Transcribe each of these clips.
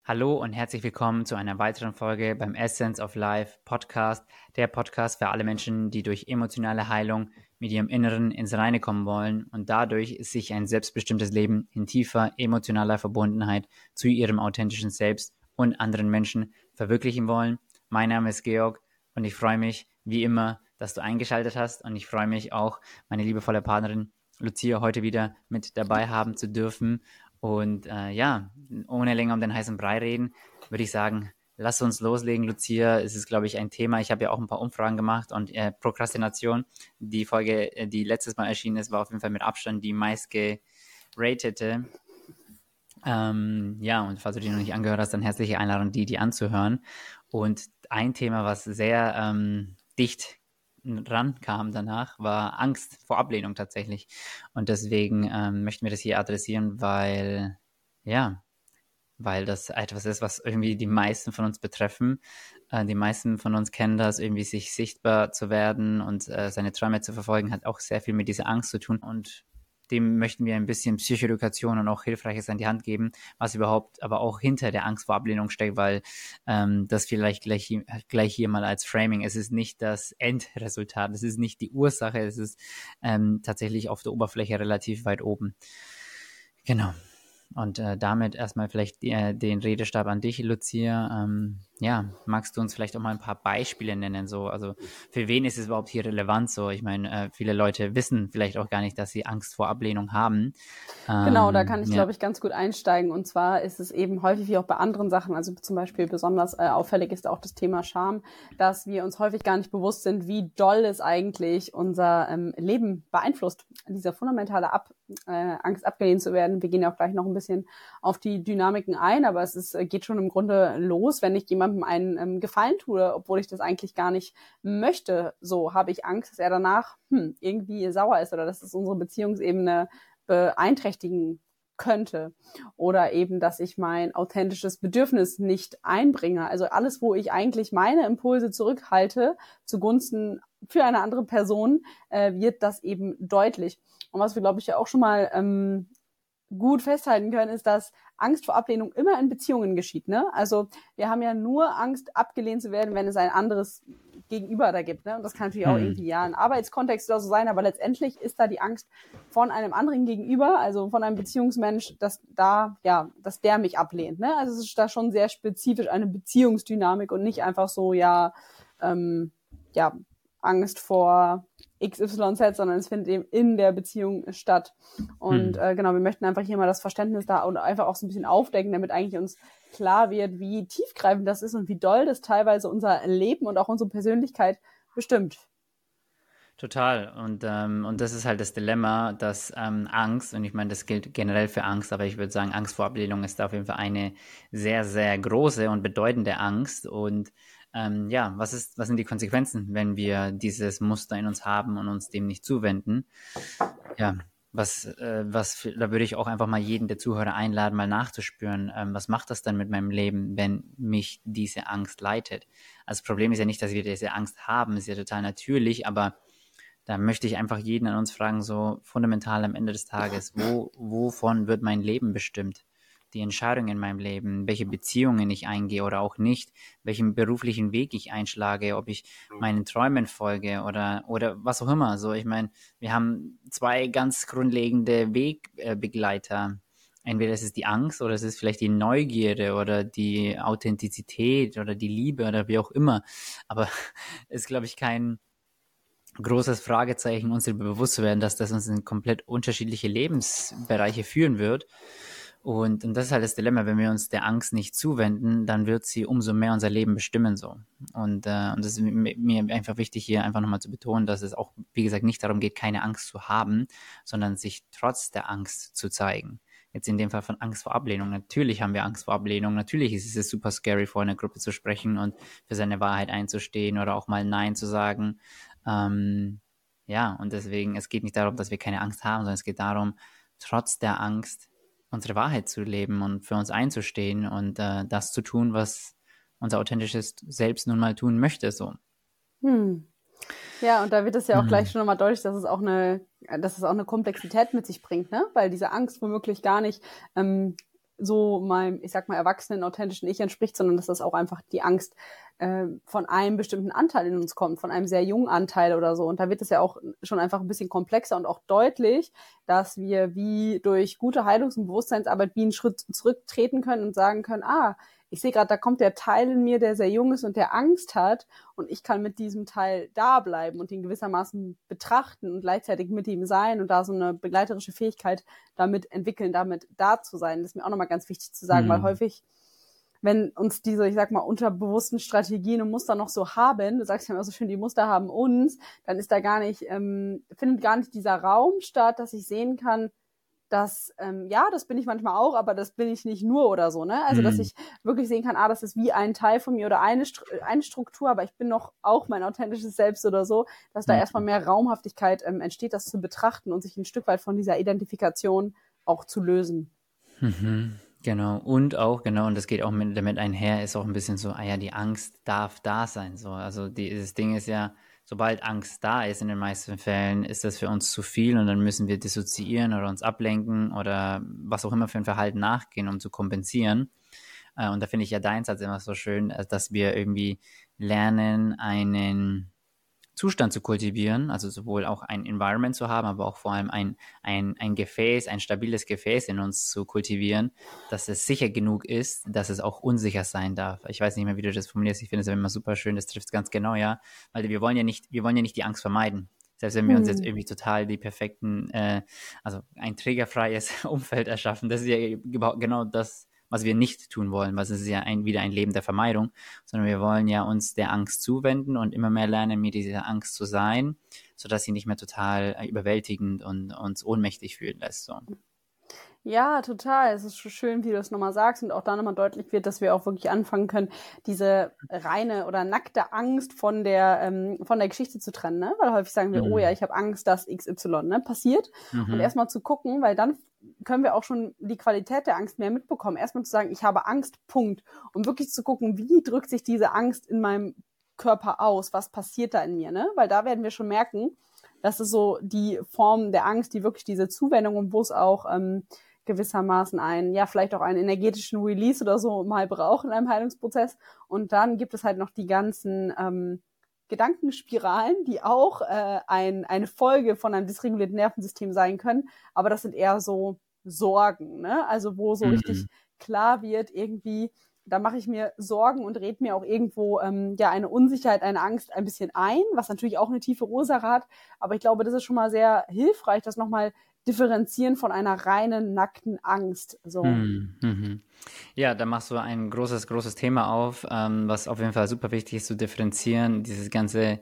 Hallo und herzlich willkommen zu einer weiteren Folge beim Essence of Life Podcast, der Podcast für alle Menschen, die durch emotionale Heilung mit ihrem Inneren ins Reine kommen wollen und dadurch sich ein selbstbestimmtes Leben in tiefer emotionaler Verbundenheit zu ihrem authentischen Selbst und anderen Menschen verwirklichen wollen. Mein Name ist Georg und ich freue mich, wie immer, dass du eingeschaltet hast, und ich freue mich auch, meine liebevolle Partnerin Lucia heute wieder mit dabei haben zu dürfen. Und ohne länger um den heißen Brei reden, würde ich sagen, lass uns loslegen, Lucia. Es ist, glaube ich, ein Thema. Ich habe ja auch ein paar Umfragen gemacht und Prokrastination. Die Folge, die letztes Mal erschienen ist, war auf jeden Fall mit Abstand die meist geratete. Und falls du die noch nicht angehört hast, dann herzliche Einladung, die anzuhören. Und ein Thema, was sehr dicht rankam danach, war Angst vor Ablehnung tatsächlich. Und deswegen möchten wir das hier adressieren, weil das etwas ist, was irgendwie die meisten von uns betreffen. Die meisten von uns kennen das, irgendwie sich sichtbar zu werden und seine Träume zu verfolgen, hat auch sehr viel mit dieser Angst zu tun. Und dem möchten wir ein bisschen Psychoedukation und auch Hilfreiches an die Hand geben, was überhaupt aber auch hinter der Angst vor Ablehnung steckt, weil das vielleicht gleich hier mal als Framing, es ist nicht das Endresultat, es ist nicht die Ursache, es ist tatsächlich auf der Oberfläche relativ weit oben. Genau. Und damit erstmal vielleicht den Redestab an dich, Lucia. Magst du uns vielleicht auch mal ein paar Beispiele nennen? So, also für wen ist es überhaupt hier relevant? So, ich meine, viele Leute wissen vielleicht auch gar nicht, dass sie Angst vor Ablehnung haben. Genau, da kann ich, glaube ich, ganz gut einsteigen. Und zwar ist es eben häufig wie auch bei anderen Sachen, also zum Beispiel besonders auffällig ist auch das Thema Scham, dass wir uns häufig gar nicht bewusst sind, wie doll es eigentlich unser Leben beeinflusst. Diese fundamentale Angst, abgelehnt zu werden. Wir gehen ja auch gleich noch ein bisschen auf die Dynamiken ein, aber geht schon im Grunde los, wenn ich jemandem einen Gefallen tue, obwohl ich das eigentlich gar nicht möchte. So habe ich Angst, dass er danach irgendwie sauer ist oder dass es unsere Beziehungsebene beeinträchtigen könnte. Oder eben, dass ich mein authentisches Bedürfnis nicht einbringe. Also alles, wo ich eigentlich meine Impulse zurückhalte zugunsten für eine andere Person, wird das eben deutlich. Und was wir, glaube ich, ja auch schon mal gut festhalten können, ist, dass Angst vor Ablehnung immer in Beziehungen geschieht. Ne? Also wir haben ja nur Angst, abgelehnt zu werden, wenn es ein anderes Gegenüber da gibt. Ne? Und das kann natürlich auch irgendwie ein Arbeitskontext oder so sein, aber letztendlich ist da die Angst von einem anderen Gegenüber, also von einem Beziehungsmensch, dass der mich ablehnt. Ne? Also es ist da schon sehr spezifisch eine Beziehungsdynamik und nicht einfach so, Angst vor XYZ, sondern es findet eben in der Beziehung statt. Und wir möchten einfach hier mal das Verständnis da und einfach auch so ein bisschen aufdecken, damit eigentlich uns klar wird, wie tiefgreifend das ist und wie doll das teilweise unser Leben und auch unsere Persönlichkeit bestimmt. Total. Und das ist halt das Dilemma, dass Angst, und ich meine, das gilt generell für Angst, aber ich würde sagen, Angst vor Ablehnung ist auf jeden Fall eine sehr, sehr große und bedeutende Angst. Und was sind die Konsequenzen, wenn wir dieses Muster in uns haben und uns dem nicht zuwenden? Ja, da würde ich auch einfach mal jeden der Zuhörer einladen, mal nachzuspüren, was macht das dann mit meinem Leben, wenn mich diese Angst leitet? Also das Problem ist ja nicht, dass wir diese Angst haben, ist ja total natürlich, aber da möchte ich einfach jeden an uns fragen, so fundamental am Ende des Tages, wovon wird mein Leben bestimmt? Die Entscheidungen in meinem Leben, welche Beziehungen ich eingehe oder auch nicht, welchen beruflichen Weg ich einschlage, ob ich meinen Träumen folge oder was auch immer. So, ich meine, wir haben zwei ganz grundlegende Wegbegleiter. Entweder es ist die Angst oder es ist vielleicht die Neugierde oder die Authentizität oder die Liebe oder wie auch immer. Aber es ist, glaube ich, kein großes Fragezeichen, uns darüber bewusst zu werden, dass das uns in komplett unterschiedliche Lebensbereiche führen wird. Und das ist halt das Dilemma, wenn wir uns der Angst nicht zuwenden, dann wird sie umso mehr unser Leben bestimmen so. Und das ist mir einfach wichtig, hier einfach nochmal zu betonen, dass es auch, wie gesagt, nicht darum geht, keine Angst zu haben, sondern sich trotz der Angst zu zeigen. Jetzt in dem Fall von Angst vor Ablehnung. Natürlich haben wir Angst vor Ablehnung. Natürlich ist es super scary, vor einer Gruppe zu sprechen und für seine Wahrheit einzustehen oder auch mal Nein zu sagen. Und deswegen, es geht nicht darum, dass wir keine Angst haben, sondern es geht darum, trotz der Angst unsere Wahrheit zu leben und für uns einzustehen und das zu tun, was unser authentisches Selbst nun mal tun möchte. So. Ja, und da wird es ja auch gleich schon nochmal deutlich, dass es auch eine Komplexität mit sich bringt, ne? Weil diese Angst womöglich gar nicht so meinem, ich sag mal, erwachsenen, authentischen Ich entspricht, sondern dass das auch einfach die Angst von einem bestimmten Anteil in uns kommt, von einem sehr jungen Anteil oder so. Und da wird es ja auch schon einfach ein bisschen komplexer und auch deutlich, dass wir wie durch gute Heilungs- und Bewusstseinsarbeit wie einen Schritt zurücktreten können und sagen können, ich sehe gerade, da kommt der Teil in mir, der sehr jung ist und der Angst hat, und ich kann mit diesem Teil da bleiben und ihn gewissermaßen betrachten und gleichzeitig mit ihm sein und da so eine begleiterische Fähigkeit damit entwickeln, damit da zu sein. Das ist mir auch nochmal ganz wichtig zu sagen, weil häufig, wenn uns diese, ich sag mal, unterbewussten Strategien und Muster noch so haben, du sagst ja immer so schön, die Muster haben uns, dann ist da gar nicht, findet gar nicht dieser Raum statt, dass ich sehen kann, dass, das bin ich manchmal auch, aber das bin ich nicht nur oder so, ne? Also, dass ich wirklich sehen kann, das ist wie ein Teil von mir oder eine Struktur, aber ich bin noch auch mein authentisches Selbst oder so, dass da erstmal mehr Raumhaftigkeit entsteht, das zu betrachten und sich ein Stück weit von dieser Identifikation auch zu lösen. Genau, und auch, genau, und das geht auch damit einher, ist auch ein bisschen so, die Angst darf da sein, so. Also das Ding ist ja, sobald Angst da ist, in den meisten Fällen, ist das für uns zu viel und dann müssen wir dissoziieren oder uns ablenken oder was auch immer für ein Verhalten nachgehen, um zu kompensieren. Und da finde ich ja dein Satz immer so schön, dass wir irgendwie lernen, einen Zustand zu kultivieren, also sowohl auch ein Environment zu haben, aber auch vor allem ein Gefäß, ein stabiles Gefäß in uns zu kultivieren, dass es sicher genug ist, dass es auch unsicher sein darf. Ich weiß nicht mehr, wie du das formulierst, ich finde es immer super schön, das trifft es ganz genau, ja, weil wir wollen ja nicht die Angst vermeiden. Selbst wenn wir uns jetzt irgendwie total die perfekten, also ein trägerfreies Umfeld erschaffen, das ist ja genau das, was wir nicht tun wollen, was ist ja wieder ein Leben der Vermeidung, sondern wir wollen ja uns der Angst zuwenden und immer mehr lernen, mit dieser Angst zu sein, sodass sie nicht mehr total überwältigend und uns ohnmächtig fühlen lässt. So. Ja, total. Es ist schon schön, wie du es nochmal sagst und auch da nochmal deutlich wird, dass wir auch wirklich anfangen können, diese reine oder nackte Angst von der Geschichte zu trennen, ne? Weil häufig sagen wir, oh ja, ich habe Angst, dass XY, ne, passiert. Und erstmal zu gucken, weil dann können wir auch schon die Qualität der Angst mehr mitbekommen. Erstmal zu sagen, ich habe Angst, Punkt. Um wirklich zu gucken, wie drückt sich diese Angst in meinem Körper aus? Was passiert da in mir, ne? Weil da werden wir schon merken, das ist so die Form der Angst, die wirklich diese Zuwendung und wo es auch gewissermaßen vielleicht auch einen energetischen Release oder so mal braucht in einem Heilungsprozess. Und dann gibt es halt noch die ganzen Gedankenspiralen, die auch eine Folge von einem dysregulierten Nervensystem sein können. Aber das sind eher so Sorgen, ne? Also wo so richtig klar wird, irgendwie, da mache ich mir Sorgen und rede mir auch irgendwo eine Unsicherheit, eine Angst ein bisschen ein, was natürlich auch eine tiefe Ursache hat. Aber ich glaube, das ist schon mal sehr hilfreich, das nochmal differenzieren von einer reinen, nackten Angst. So. Ja, da machst du ein großes Thema auf, was auf jeden Fall super wichtig ist zu differenzieren, dieses ganze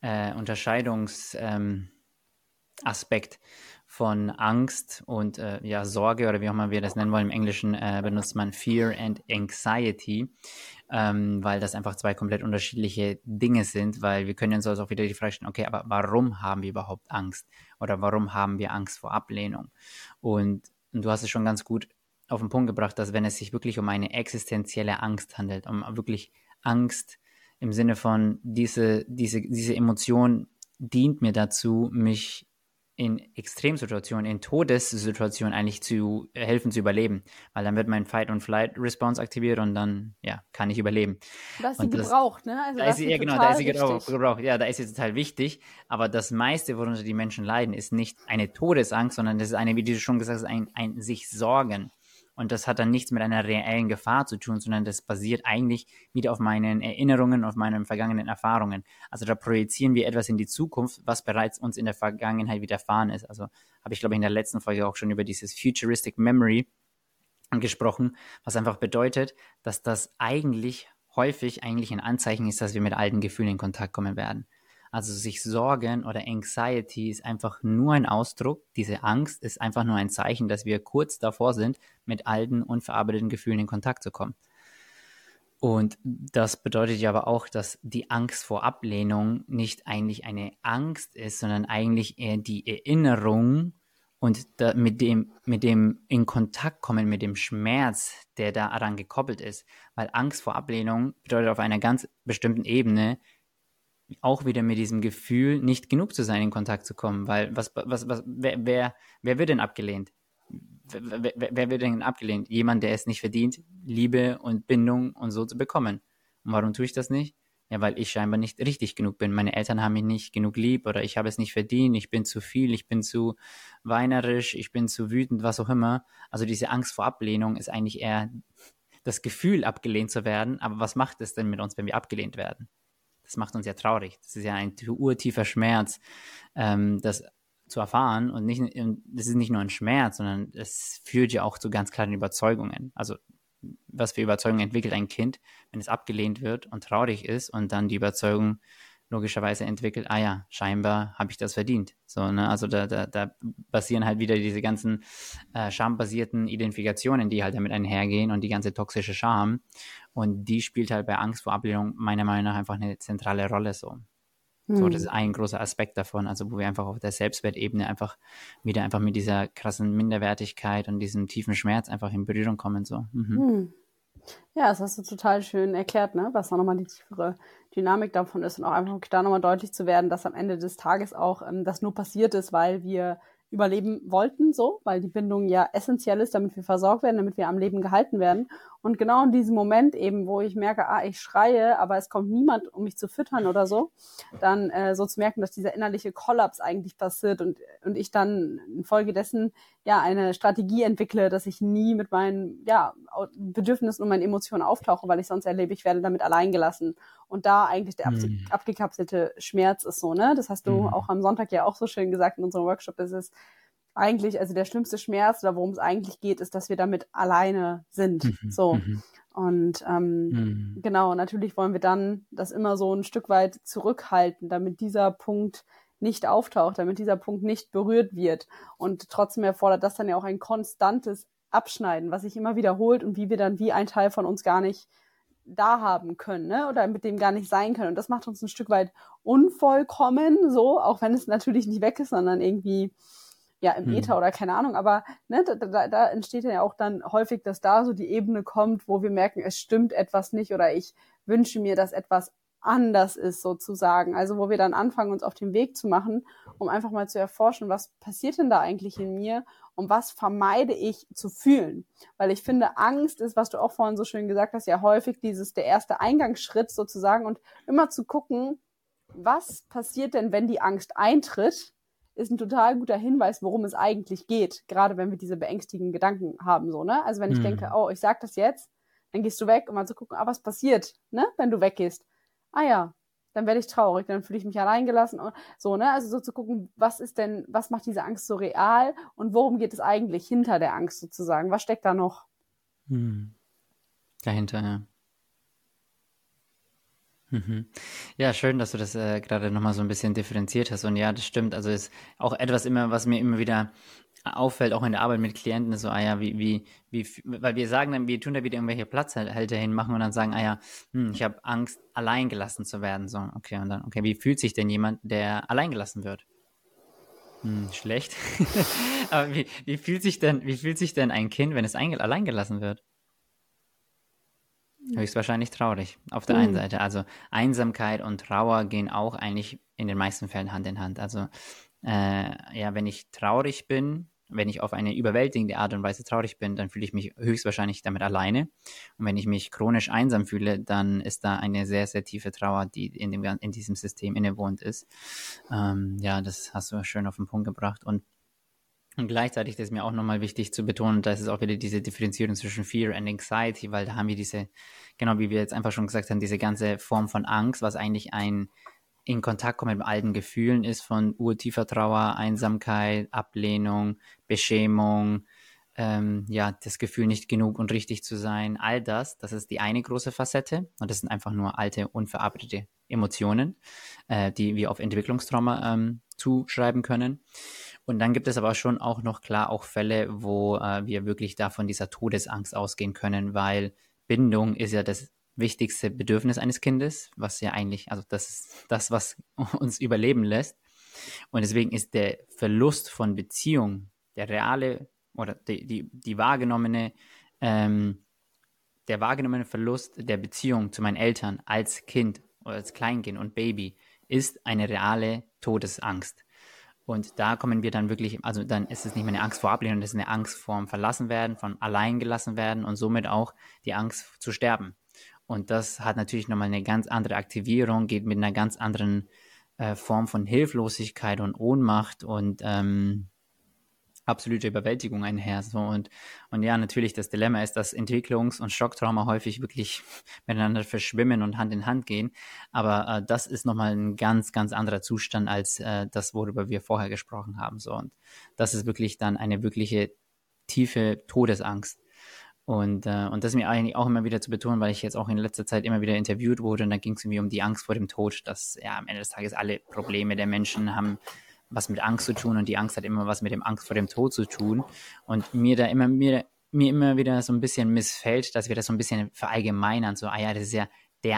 Unterscheidungsaspekt von Angst und Sorge oder wie auch immer wir das nennen wollen. Im Englischen benutzt man Fear and Anxiety, weil das einfach zwei komplett unterschiedliche Dinge sind, weil wir können uns also auch wieder die Frage stellen, okay, aber warum haben wir überhaupt Angst? Oder warum haben wir Angst vor Ablehnung? Und du hast es schon ganz gut auf den Punkt gebracht, dass wenn es sich wirklich um eine existenzielle Angst handelt, um wirklich Angst im Sinne von diese Emotion dient mir dazu, mich in Extremsituationen, in Todessituationen eigentlich zu helfen zu überleben, weil dann wird mein Fight-and-Flight-Response aktiviert und dann, kann ich überleben. Da ist sie gebraucht, ne? Also da ist sie gebraucht. Ja, da ist sie total wichtig, aber das meiste, worunter die Menschen leiden, ist nicht eine Todesangst, sondern das ist eine, wie du schon gesagt hast, ein sich Sorgen. Und das hat dann nichts mit einer reellen Gefahr zu tun, sondern das basiert eigentlich wieder auf meinen Erinnerungen, auf meinen vergangenen Erfahrungen. Also da projizieren wir etwas in die Zukunft, was bereits uns in der Vergangenheit widerfahren ist. Also habe ich, glaube ich, in der letzten Folge auch schon über dieses Futuristic Memory gesprochen, was einfach bedeutet, dass das häufig ein Anzeichen ist, dass wir mit alten Gefühlen in Kontakt kommen werden. Also sich Sorgen oder Anxiety ist einfach nur ein Ausdruck, diese Angst ist einfach nur ein Zeichen, dass wir kurz davor sind, mit alten, unverarbeiteten Gefühlen in Kontakt zu kommen. Und das bedeutet ja aber auch, dass die Angst vor Ablehnung nicht eigentlich eine Angst ist, sondern eigentlich eher die Erinnerung und mit dem in Kontakt kommen, mit dem Schmerz, der daran gekoppelt ist. Weil Angst vor Ablehnung bedeutet auf einer ganz bestimmten Ebene, auch wieder mit diesem Gefühl, nicht genug zu sein, in Kontakt zu kommen, weil wer wird denn abgelehnt? wer wird denn abgelehnt? Jemand, der es nicht verdient, Liebe und Bindung und so zu bekommen. Und warum tue ich das nicht? Ja, weil ich scheinbar nicht richtig genug bin. Meine Eltern haben mich nicht genug lieb oder ich habe es nicht verdient, ich bin zu viel, ich bin zu weinerisch, ich bin zu wütend, was auch immer. Also diese Angst vor Ablehnung ist eigentlich eher das Gefühl, abgelehnt zu werden. Aber was macht es denn mit uns, wenn wir abgelehnt werden? Das macht uns ja traurig. Das ist ja ein urtiefer Schmerz, das zu erfahren. Und das ist nicht nur ein Schmerz, sondern es führt ja auch zu ganz klaren Überzeugungen. Also was für Überzeugungen entwickelt ein Kind, wenn es abgelehnt wird und traurig ist und dann die Überzeugung logischerweise entwickelt, ah ja, scheinbar habe ich das verdient. So, ne? Also da basieren halt wieder diese ganzen schambasierten Identifikationen, die halt damit einhergehen und die ganze toxische Scham. Und die spielt halt bei Angst vor Ablehnung meiner Meinung nach einfach eine zentrale Rolle so. So, das ist ein großer Aspekt davon, also wo wir einfach auf der Selbstwertebene einfach wieder einfach mit dieser krassen Minderwertigkeit und diesem tiefen Schmerz einfach in Berührung kommen. So. Ja, das hast du total schön erklärt, ne? Was auch nochmal die tiefere Dynamik davon ist und auch einfach da nochmal deutlich zu werden, dass am Ende des Tages auch das nur passiert ist, weil wir überleben wollten, so, weil die Bindung ja essentiell ist, damit wir versorgt werden, damit wir am Leben gehalten werden. Und genau in diesem Moment eben, wo ich merke, ich schreie, aber es kommt niemand, um mich zu füttern oder so, dann so zu merken, dass dieser innerliche Kollaps eigentlich passiert und ich dann infolgedessen ja eine Strategie entwickle, dass ich nie mit meinen Bedürfnissen und meinen Emotionen auftauche, weil ich sonst erlebe, ich werde damit allein gelassen. Und da eigentlich der abgekapselte Schmerz ist so, ne? Das hast du auch am Sonntag ja auch so schön gesagt in unserem Workshop. Das ist eigentlich, also der schlimmste Schmerz oder worum es eigentlich geht, ist, dass wir damit alleine sind. So. Und genau, natürlich wollen wir dann das immer so ein Stück weit zurückhalten, damit dieser Punkt nicht auftaucht, damit dieser Punkt nicht berührt wird. Und trotzdem erfordert das dann ja auch ein konstantes Abschneiden, was sich immer wiederholt und wie wir dann wie ein Teil von uns gar nicht da haben können, ne? Oder mit dem gar nicht sein können. Und das macht uns ein Stück weit unvollkommen, so, auch wenn es natürlich nicht weg ist, sondern irgendwie ja im Äther oder keine Ahnung. Aber ne, da entsteht ja auch dann häufig, dass da so die Ebene kommt, wo wir merken, es stimmt etwas nicht oder ich wünsche mir, dass etwas anders ist sozusagen. Also wo wir dann anfangen, uns auf den Weg zu machen, um einfach mal zu erforschen, was passiert denn da eigentlich in mir und was vermeide ich zu fühlen. Weil ich finde, Angst ist, was du auch vorhin so schön gesagt hast, ja häufig der erste Eingangsschritt sozusagen und immer zu gucken, was passiert denn, wenn die Angst eintritt, ist ein total guter Hinweis, worum es eigentlich geht, gerade wenn wir diese beängstigenden Gedanken haben, so, ne? Also wenn ich denke, ich sag das jetzt, dann gehst du weg, um mal zu gucken, was passiert, ne, wenn du weggehst. Ja, dann werde ich traurig, dann fühle ich mich alleingelassen und so, ne? Also so zu gucken, was macht diese Angst so real und worum geht es eigentlich hinter der Angst sozusagen? Was steckt da noch? Dahinter, ja. Ja, schön, dass du das gerade nochmal so ein bisschen differenziert hast. Und ja, das stimmt. Also ist auch etwas was mir immer wieder auffällt, auch in der Arbeit mit Klienten, ist so, weil wir sagen dann, wir tun da wieder irgendwelche Platzhalter hinmachen und dann sagen, ich habe Angst, allein gelassen zu werden. So, okay, und dann, okay, wie fühlt sich denn jemand, der allein gelassen wird? Schlecht. Aber wie fühlt sich denn ein Kind, wenn es allein gelassen wird? Höchstwahrscheinlich traurig, auf der einen Seite. Also Einsamkeit und Trauer gehen auch eigentlich in den meisten Fällen Hand in Hand. Also wenn ich traurig bin, wenn ich auf eine überwältigende Art und Weise traurig bin, dann fühle ich mich höchstwahrscheinlich damit alleine. Und wenn ich mich chronisch einsam fühle, dann ist da eine sehr, sehr tiefe Trauer, die in diesem System innewohnt ist. Das hast du schön auf den Punkt gebracht. Und gleichzeitig ist mir auch nochmal wichtig zu betonen, dass es auch wieder diese Differenzierung zwischen Fear and Anxiety, weil da haben wir genau wie wir jetzt einfach schon gesagt haben, diese ganze Form von Angst, was eigentlich in Kontakt kommen mit alten Gefühlen ist, von urtiefer Trauer, Einsamkeit, Ablehnung, Beschämung, das Gefühl, nicht genug und richtig zu sein, all das ist die eine große Facette und das sind einfach nur alte, unverarbeitete Emotionen, die wir auf Entwicklungstrauma zuschreiben können. Und dann gibt es aber schon auch noch klar auch Fälle, wo wir wirklich da von dieser Todesangst ausgehen können, weil Bindung ist ja das wichtigste Bedürfnis eines Kindes, was ja eigentlich, also das ist das, was uns überleben lässt. Und deswegen ist der Verlust von Beziehung, der reale oder die wahrgenommene, der wahrgenommene Verlust der Beziehung zu meinen Eltern als Kind oder als Kleinkind und Baby ist eine reale Todesangst. Und da kommen wir dann wirklich, also dann ist es nicht mehr eine Angst vor Ablehnung, das ist eine Angst vorm Verlassenwerden, von allein gelassen werden und somit auch die Angst zu sterben. Und das hat natürlich nochmal eine ganz andere Aktivierung, geht mit einer ganz anderen Form von Hilflosigkeit und Ohnmacht und absolute Überwältigung einher. So. Und ja, natürlich, das Dilemma ist, dass Entwicklungs- und Schocktrauma häufig wirklich miteinander verschwimmen und Hand in Hand gehen. Aber das ist nochmal ein ganz, ganz anderer Zustand als das, worüber wir vorher gesprochen haben. So. Und das ist wirklich dann eine wirkliche tiefe Todesangst. Und das ist mir eigentlich auch immer wieder zu betonen, weil ich jetzt auch in letzter Zeit immer wieder interviewt wurde und da ging es irgendwie um die Angst vor dem Tod, dass ja am Ende des Tages alle Probleme der Menschen haben was mit Angst zu tun und die Angst hat immer was mit dem Angst vor dem Tod zu tun und mir immer wieder so ein bisschen missfällt, dass wir das so ein bisschen verallgemeinern, so, ja, das ist ja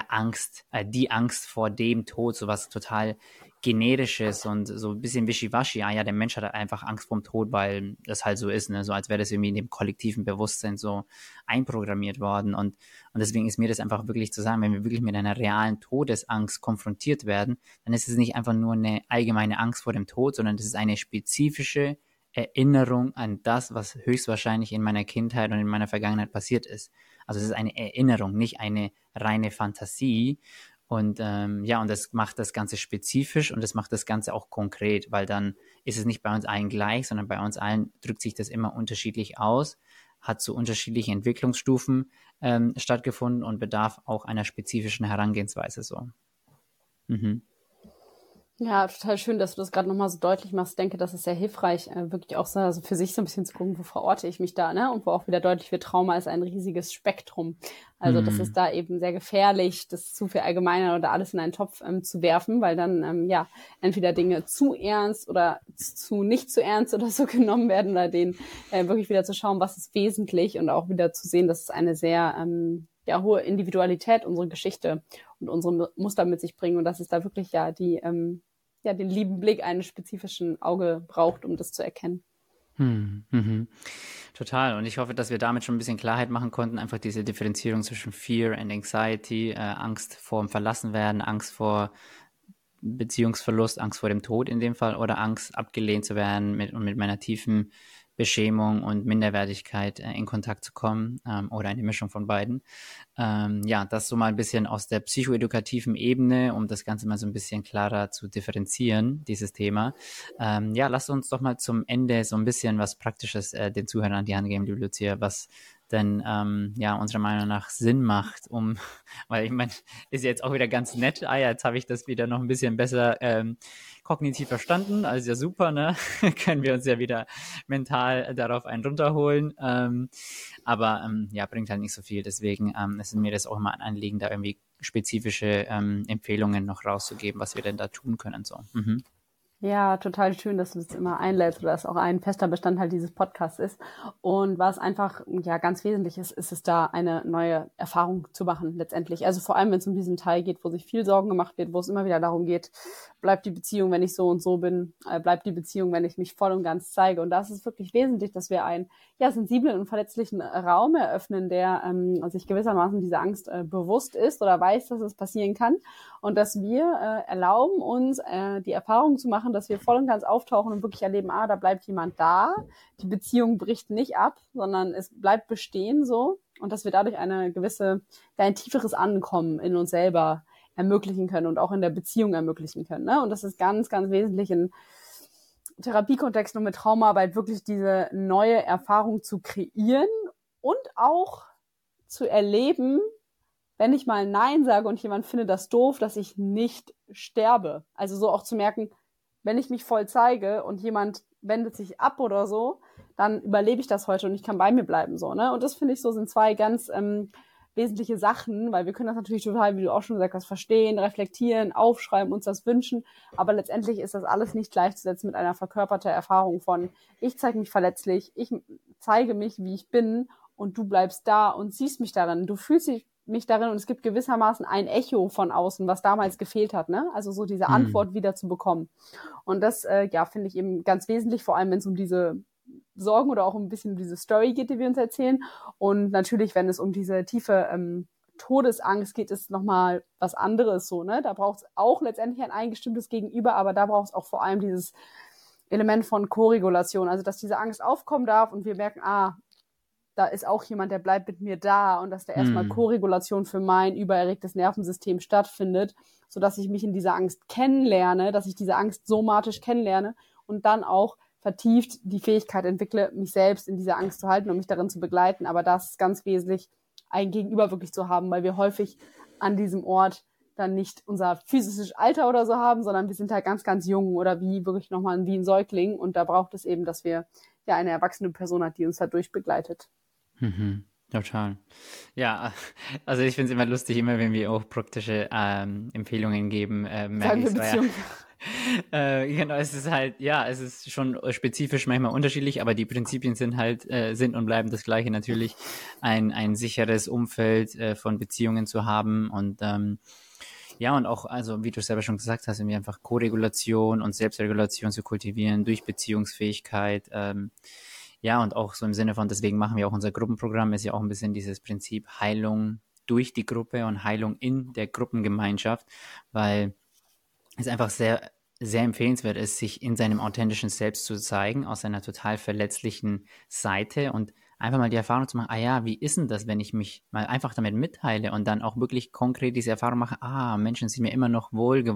die Angst vor dem Tod, so was total generisches und so ein bisschen wischiwaschi, ja, der Mensch hat einfach Angst vorm Tod, weil das halt so ist, ne, so als wäre das irgendwie in dem kollektiven Bewusstsein so einprogrammiert worden und deswegen ist mir das einfach wirklich zu sagen, wenn wir wirklich mit einer realen Todesangst konfrontiert werden, dann ist es nicht einfach nur eine allgemeine Angst vor dem Tod, sondern das ist eine spezifische Erinnerung an das, was höchstwahrscheinlich in meiner Kindheit und in meiner Vergangenheit passiert ist. Also es ist eine Erinnerung, nicht eine reine Fantasie. Und und das macht das Ganze spezifisch und das macht das Ganze auch konkret, weil dann ist es nicht bei uns allen gleich, sondern bei uns allen drückt sich das immer unterschiedlich aus, hat zu unterschiedlichen Entwicklungsstufen stattgefunden und bedarf auch einer spezifischen Herangehensweise so. Mhm. Ja, total schön, dass du das gerade nochmal so deutlich machst. Ich denke, das ist sehr hilfreich, wirklich auch so also für sich so ein bisschen zu gucken, wo verorte ich mich da, ne? Und wo auch wieder deutlich wird, Trauma ist ein riesiges Spektrum. Also das ist da eben sehr gefährlich, das zu verallgemeinern oder alles in einen Topf zu werfen, weil dann entweder Dinge zu ernst oder zu nicht zu ernst oder so genommen werden oder denen wirklich wieder zu schauen, was ist wesentlich und auch wieder zu sehen, dass es eine sehr hohe Individualität unsere Geschichte und unsere Muster mit sich bringen und dass es da wirklich den lieben Blick eines spezifischen Auge braucht, um das zu erkennen. Total. Und ich hoffe, dass wir damit schon ein bisschen Klarheit machen konnten. Einfach diese Differenzierung zwischen Fear and Anxiety, Angst vor dem Verlassenwerden, Angst vor Beziehungsverlust, Angst vor dem Tod in dem Fall oder Angst abgelehnt zu werden und mit meiner tiefen Beschämung und Minderwertigkeit in Kontakt zu kommen oder eine Mischung von beiden. Das so mal ein bisschen aus der psychoedukativen Ebene, um das Ganze mal so ein bisschen klarer zu differenzieren, dieses Thema. Lasst uns doch mal zum Ende so ein bisschen was Praktisches den Zuhörern an die Hand geben, liebe Lucia, was denn unserer Meinung nach Sinn macht, weil ich meine, ist jetzt auch wieder ganz nett, jetzt habe ich das wieder noch ein bisschen besser kognitiv verstanden, also ja super, ne? Können wir uns ja wieder mental darauf einen runterholen, bringt halt nicht so viel, deswegen ist mir das auch immer ein Anliegen, da irgendwie spezifische Empfehlungen noch rauszugeben, was wir denn da tun können, so. Mhm. Ja, total schön, dass du das immer einlädst oder dass auch ein fester Bestandteil dieses Podcasts ist. Und was einfach ganz wesentlich ist, ist es da eine neue Erfahrung zu machen letztendlich. Also vor allem, wenn es um diesen Teil geht, wo sich viel Sorgen gemacht wird, wo es immer wieder darum geht, bleibt die Beziehung, wenn ich so und so bin, bleibt die Beziehung, wenn ich mich voll und ganz zeige. Und das ist wirklich wesentlich, dass wir einen sensiblen und verletzlichen Raum eröffnen, der sich gewissermaßen diese Angst bewusst ist oder weiß, dass es passieren kann. Und dass wir erlauben uns, die Erfahrung zu machen, dass wir voll und ganz auftauchen und wirklich erleben, da bleibt jemand da, die Beziehung bricht nicht ab, sondern es bleibt bestehen so und dass wir dadurch ein tieferes Ankommen in uns selber ermöglichen können und auch in der Beziehung ermöglichen können. Ne? Und das ist ganz, ganz wesentlich in Therapiekontext und mit Traumaarbeit wirklich diese neue Erfahrung zu kreieren und auch zu erleben, wenn ich mal Nein sage und jemand findet das doof, dass ich nicht sterbe. Also so auch zu merken, wenn ich mich voll zeige und jemand wendet sich ab oder so, dann überlebe ich das heute und ich kann bei mir bleiben. So, ne? Und das finde ich so sind zwei ganz wesentliche Sachen, weil wir können das natürlich total, wie du auch schon gesagt hast, verstehen, reflektieren, aufschreiben, uns das wünschen, aber letztendlich ist das alles nicht gleichzusetzen mit einer verkörperten Erfahrung von, ich zeige mich verletzlich, ich zeige mich, wie ich bin und du bleibst da und siehst mich darin, du fühlst mich darin und es gibt gewissermaßen ein Echo von außen, was damals gefehlt hat, ne? Also so diese Antwort wieder zu bekommen. Und das, finde ich eben ganz wesentlich, vor allem wenn es um diese Sorgen oder auch ein bisschen um diese Story geht, die wir uns erzählen. Und natürlich, wenn es um diese tiefe Todesangst geht, ist nochmal was anderes so, ne? Da braucht es auch letztendlich ein eingestimmtes Gegenüber, aber da braucht es auch vor allem dieses Element von Koregulation, also dass diese Angst aufkommen darf und wir merken, da ist auch jemand, der bleibt mit mir da und dass da erstmal Koregulation für mein übererregtes Nervensystem stattfindet, sodass ich mich in dieser Angst kennenlerne, dass ich diese Angst somatisch kennenlerne und dann auch vertieft die Fähigkeit entwickle, mich selbst in dieser Angst zu halten und mich darin zu begleiten. Aber das ist ganz wesentlich, ein Gegenüber wirklich zu haben, weil wir häufig an diesem Ort dann nicht unser physisches Alter oder so haben, sondern wir sind halt ganz, ganz jung oder wie wirklich nochmal wie ein Säugling. Und da braucht es eben, dass wir ja eine erwachsene Person hat, die uns dadurch begleitet. Total. Ja, also ich finde es immer lustig, immer wenn wir auch praktische Empfehlungen geben, merke ich so, genau, es ist halt, ja, es ist schon spezifisch manchmal unterschiedlich, aber die Prinzipien sind halt, sind und bleiben das Gleiche natürlich, ein sicheres Umfeld von Beziehungen zu haben und ja, und auch, also wie du selber schon gesagt hast, irgendwie einfach Koregulation und Selbstregulation zu kultivieren durch Beziehungsfähigkeit, ja, und auch so im Sinne von, deswegen machen wir auch unser Gruppenprogramm, ist ja auch ein bisschen dieses Prinzip Heilung durch die Gruppe und Heilung in der Gruppengemeinschaft, weil es einfach sehr, sehr empfehlenswert ist, sich in seinem authentischen Selbst zu zeigen, aus einer total verletzlichen Seite und einfach mal die Erfahrung zu machen, ja, wie ist denn das, wenn ich mich mal einfach damit mitteile und dann auch wirklich konkret diese Erfahrung mache, Menschen sind mir immer noch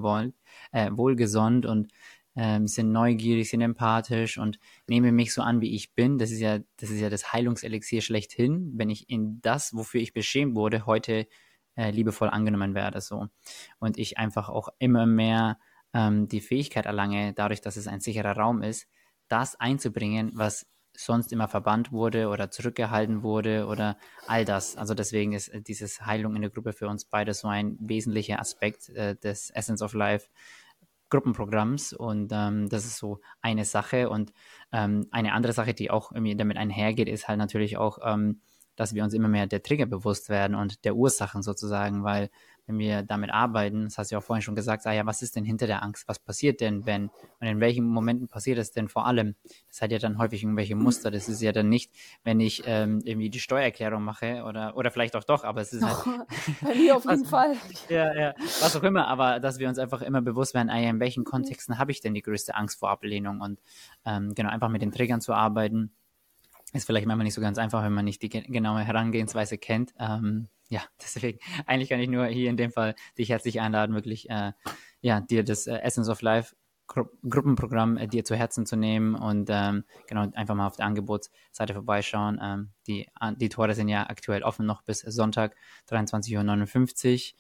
wohlgesonnen und sind neugierig, sind empathisch und nehme mich so an, wie ich bin. Das ist ja das Heilungselixier schlechthin, wenn ich in das, wofür ich beschämt wurde, heute liebevoll angenommen werde. So. Und ich einfach auch immer mehr die Fähigkeit erlange, dadurch, dass es ein sicherer Raum ist, das einzubringen, was sonst immer verbannt wurde oder zurückgehalten wurde oder all das. Also deswegen ist dieses Heilung in der Gruppe für uns beide so ein wesentlicher Aspekt des Essence of Life Gruppenprogramms und das ist so eine Sache und eine andere Sache, die auch irgendwie damit einhergeht, ist halt natürlich auch, dass wir uns immer mehr der Trigger bewusst werden und der Ursachen sozusagen, weil wenn wir damit arbeiten, das hast du ja auch vorhin schon gesagt, ja, was ist denn hinter der Angst? Was passiert denn, wenn? Und in welchen Momenten passiert es denn vor allem? Das hat ja dann häufig irgendwelche Muster. Das ist ja dann nicht, wenn ich irgendwie die Steuererklärung mache oder vielleicht auch doch, aber es ist halt... Bei mir auf jeden Fall. Ja, was auch immer, aber dass wir uns einfach immer bewusst werden, in welchen Kontexten habe ich denn die größte Angst vor Ablehnung und genau, einfach mit den Triggern zu arbeiten, ist vielleicht manchmal nicht so ganz einfach, wenn man nicht die genaue Herangehensweise kennt. Ja, deswegen, eigentlich kann ich nur hier in dem Fall dich herzlich einladen, wirklich dir das Essence of Life Gruppenprogramm dir zu Herzen zu nehmen und genau, einfach mal auf der Angebotsseite vorbeischauen. Die Tore sind ja aktuell offen noch bis Sonntag, 23:59 Uhr.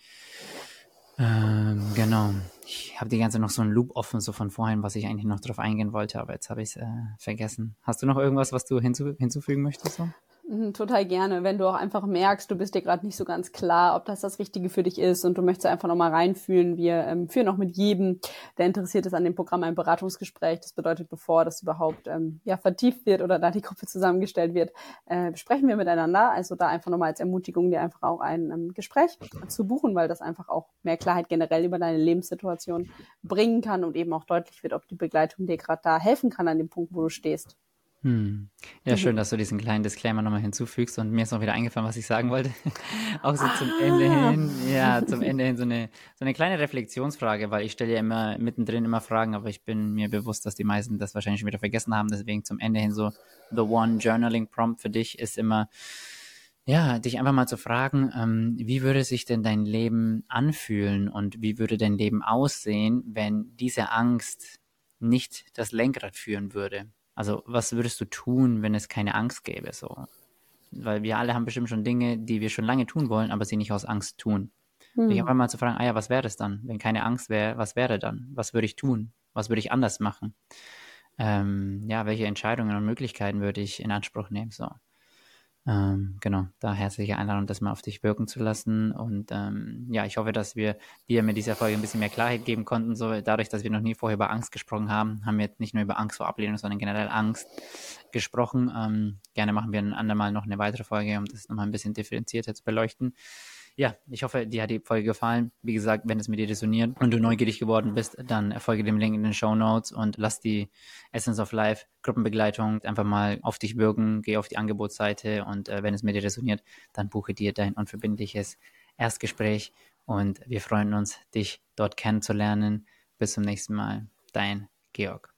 Genau. Ich habe die ganze noch so einen Loop offen, so von vorhin, was ich eigentlich noch drauf eingehen wollte, aber jetzt habe ich es vergessen. Hast du noch irgendwas, was du hinzufügen möchtest? So? Total gerne, wenn du auch einfach merkst, du bist dir gerade nicht so ganz klar, ob das Richtige für dich ist und du möchtest einfach nochmal reinfühlen. Wir führen auch mit jedem, der interessiert ist an dem Programm, ein Beratungsgespräch. Das bedeutet, bevor das überhaupt vertieft wird oder da die Gruppe zusammengestellt wird, besprechen wir miteinander. Also da einfach nochmal als Ermutigung, dir einfach auch ein Gespräch zu buchen, weil das einfach auch mehr Klarheit generell über deine Lebenssituation bringen kann und eben auch deutlich wird, ob die Begleitung dir gerade da helfen kann an dem Punkt, wo du stehst. Ja, schön, dass du diesen kleinen Disclaimer nochmal hinzufügst und mir ist noch wieder eingefallen, was ich sagen wollte. Auch so zum Ende hin so eine kleine Reflexionsfrage, weil ich stelle ja immer mittendrin immer Fragen, aber ich bin mir bewusst, dass die meisten das wahrscheinlich schon wieder vergessen haben, deswegen zum Ende hin so the one Journaling Prompt für dich ist immer, ja, dich einfach mal zu fragen, wie würde sich denn dein Leben anfühlen und wie würde dein Leben aussehen, wenn diese Angst nicht das Lenkrad führen würde? Also was würdest du tun, wenn es keine Angst gäbe? So? Weil wir alle haben bestimmt schon Dinge, die wir schon lange tun wollen, aber sie nicht aus Angst tun. Dich einfach mal zu fragen, was wäre das dann? Wenn keine Angst wäre, was wäre dann? Was würde ich tun? Was würde ich anders machen? Welche Entscheidungen und Möglichkeiten würde ich in Anspruch nehmen? So. Genau, da herzliche Einladung, das mal auf dich wirken zu lassen und ich hoffe, dass wir dir mit dieser Folge ein bisschen mehr Klarheit geben konnten, so dadurch, dass wir noch nie vorher über Angst gesprochen haben wir jetzt nicht nur über Angst vor Ablehnung, sondern generell Angst gesprochen. Gerne machen wir ein andermal noch eine weitere Folge, um das nochmal ein bisschen differenzierter zu beleuchten. Ja, ich hoffe, dir hat die Folge gefallen. Wie gesagt, wenn es mit dir resoniert und du neugierig geworden bist, dann folge dem Link in den Shownotes und lass die Essence of Life Gruppenbegleitung einfach mal auf dich wirken. Geh auf die Angebotsseite und wenn es mit dir resoniert, dann buche dir dein unverbindliches Erstgespräch und wir freuen uns, dich dort kennenzulernen. Bis zum nächsten Mal. Dein Georg.